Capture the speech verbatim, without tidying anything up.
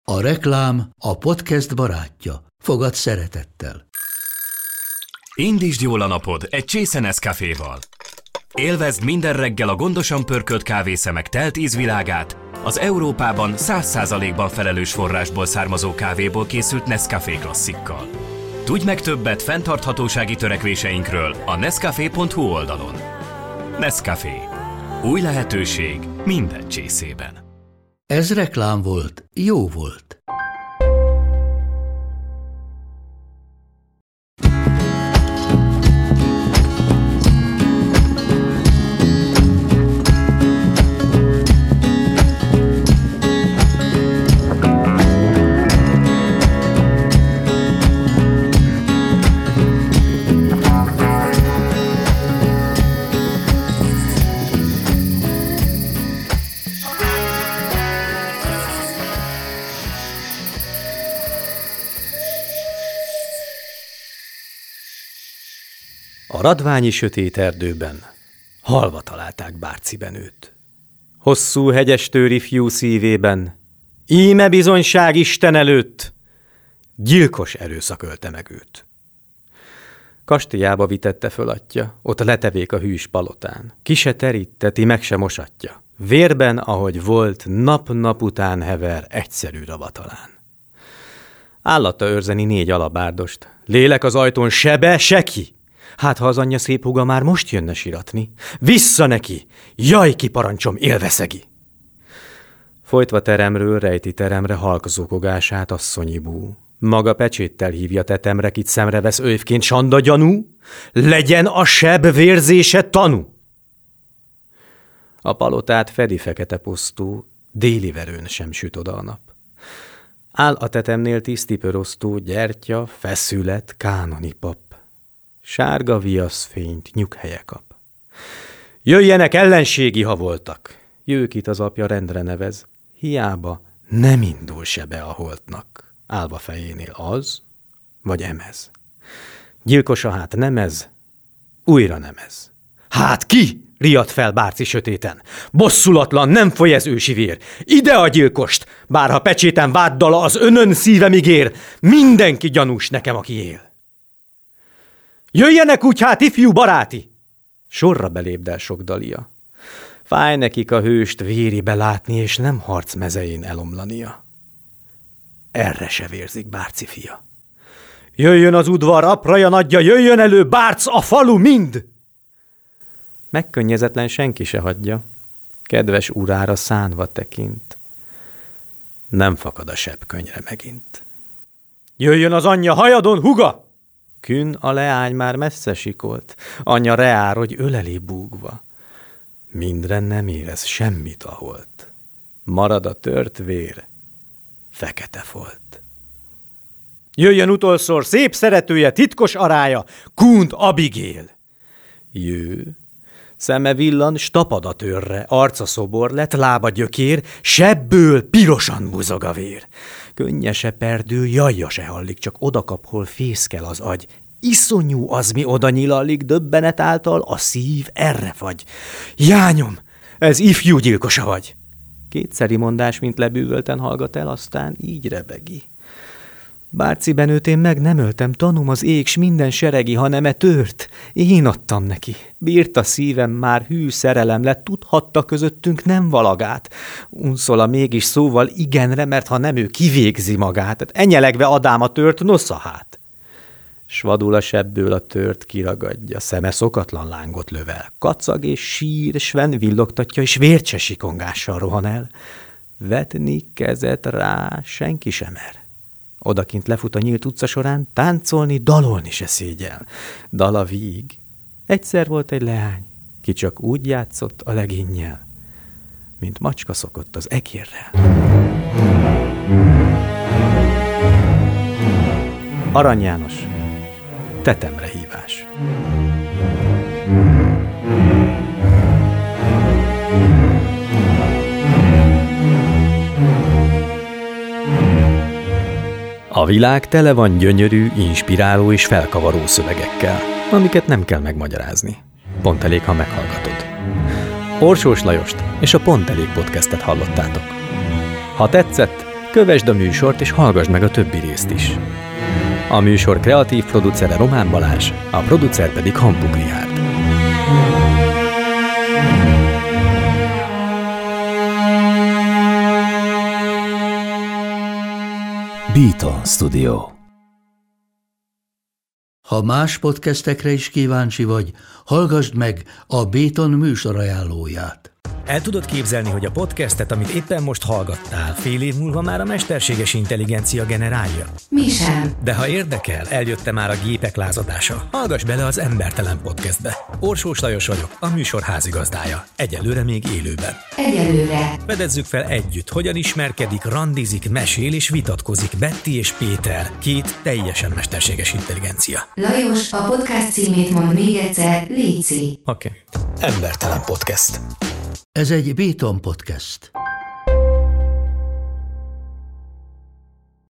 A reklám a podcast barátja. Fogad szeretettel. Indítsd jól a napod egy csésze Nescaféval. Élvezd minden reggel a gondosan pörkölt kávészemek telt ízvilágát, az Európában száz százalékban felelős forrásból származó kávéból készült Nescafé klasszikkal. Tudj meg többet fenntarthatósági törekvéseinkről a nescafé pont hu oldalon. Nescafé. Új lehetőség minden csészében. Ez reklám volt, jó volt. A radványi sötét erdőben halva találták Bárciben őt. Hosszú hegyestőri fiú szívében, íme bizonyság Isten előtt, gyilkos erőszak ölte meg őt. Kastélyába vitette föl atya, ott letevék a hűs palotán, ki se terítteti, meg se mosatja. Vérben, ahogy volt, nap-nap után hever egyszerű ravatalán. Állatta őrzeni négy alabárdost, lélek az ajtón sebe, se ki. Hát, ha az anyja szép húga már most jönne siratni, vissza neki, jaj, ki parancsom, élveszegi! Folytva teremről rejti teremre halkzókogását asszonyi bú. Maga pecséttel hívja tetemre, kit szemre vesz ővként sanda gyanú, legyen a seb vérzése tanú! A palotát fedi fekete posztó, déli verőn sem süt oda a nap. Áll a tetemnél tisztipörosztó, gyertya, feszület, kánoni pap. Sárga viaszfényt nyughelye kap. Jöjjenek ellenségi, ha voltak. Jőkit az apja rendre nevez. Hiába nem indul se be a holtnak. Állva fejénél az, vagy emez. Gyilkosa hát nem ez, újra nem ez. Hát ki? Riadt fel Bárci sötéten. Bosszulatlan, nem foly ez ősi vér. Ide a gyilkost, bárha pecséten váddala az önön szívem ígér. Mindenki gyanús nekem, aki él. Jöjjenek úgy hát, ifjú baráti! Sorra belépdel sok dalia. Fáj nekik a hőst véribe látni, és nem harc mezején elomlania. Erre se vérzik Bárci fia. Jöjjön az udvar, apraja nagyja, jöjjön elő, Bárc, a falu mind! Megkönnyezetlen senki se hagyja, kedves urára szánva tekint. Nem fakad a seb könnyre megint. Jöjjön az anyja, hajadon, huga! Kün a leány már messze sikolt, anyja reár, hogy öleli búgva. Mindre nem érez semmit a holt. Marad a tört vér, fekete folt. Jöjjön utolszor szép szeretője, titkos arája, Kunt Abigail. Jő, szeme villan, s tapad a törre, arca szobor lett, lába gyökér, sebből pirosan buzog a vér. Könnye se perdül, jajja se hallik, csak odakap, hol fészkel az agy. Iszonyú az, mi oda nyilallik, döbbenet által a szív erre fagy. Jányom, ez ifjú gyilkosa vagy. Kétszeri mondás, mint lebűvölten hallgat el, aztán így rebegi. Bárci benőt én meg nem öltem, tanúm az ég, s minden seregi, hanem e tört. Én adtam neki. Bírta szívem, már hű szerelem lett, tudhatta közöttünk nem valagát. Unszola mégis szóval igenre, mert ha nem ő, kivégzi magát. Hát enyelegve adám a tört, nosza hát. S vadul a sebből a tört kiragadja, szeme szokatlan lángot lövel. Kacag és sír, sven villogtatja, és vércse sikongással rohan el. Vetni kezet rá senki sem mer. Odakint lefut a nyílt utca során, táncolni, dalolni se szégyel. Dal a víg. Egyszer volt egy leány, ki csak úgy játszott a legénnyel, mint macska szokott az egérrel. Arany János, tetemre hívás. A világ tele van gyönyörű, inspiráló és felkavaró szövegekkel, amiket nem kell megmagyarázni. Pont elég, ha meghallgatod. Orsós Lajost és a Pont Elég podcastet hallottátok. Ha tetszett, Kövesd a műsort és hallgasd meg a többi részt is. A műsor kreatív producere Román Balázs, a producer pedig Hampuk Richárd. Beaton Studio. Ha más podcastekre is kíváncsi vagy, hallgasd meg a Beaton műsorajánlóját. El tudod képzelni, hogy a podcastet, amit éppen most hallgattál, fél év múlva már a mesterséges intelligencia generálja? Mi sem. De ha érdekel, eljött már a gépek lázadása. Hallgass bele az Embertelen Podcastbe. Orsós Lajos vagyok, a műsor házigazdája. Egyelőre még élőben. Egyelőre. Fedezzük fel együtt, hogyan ismerkedik, randizik, mesél és vitatkozik Betty és Péter, két teljesen mesterséges intelligencia. Lajos, a podcast címét mond még egyszer, léci. Oké. Okay. Embertelen Podcast. Ez egy Beaton podcast.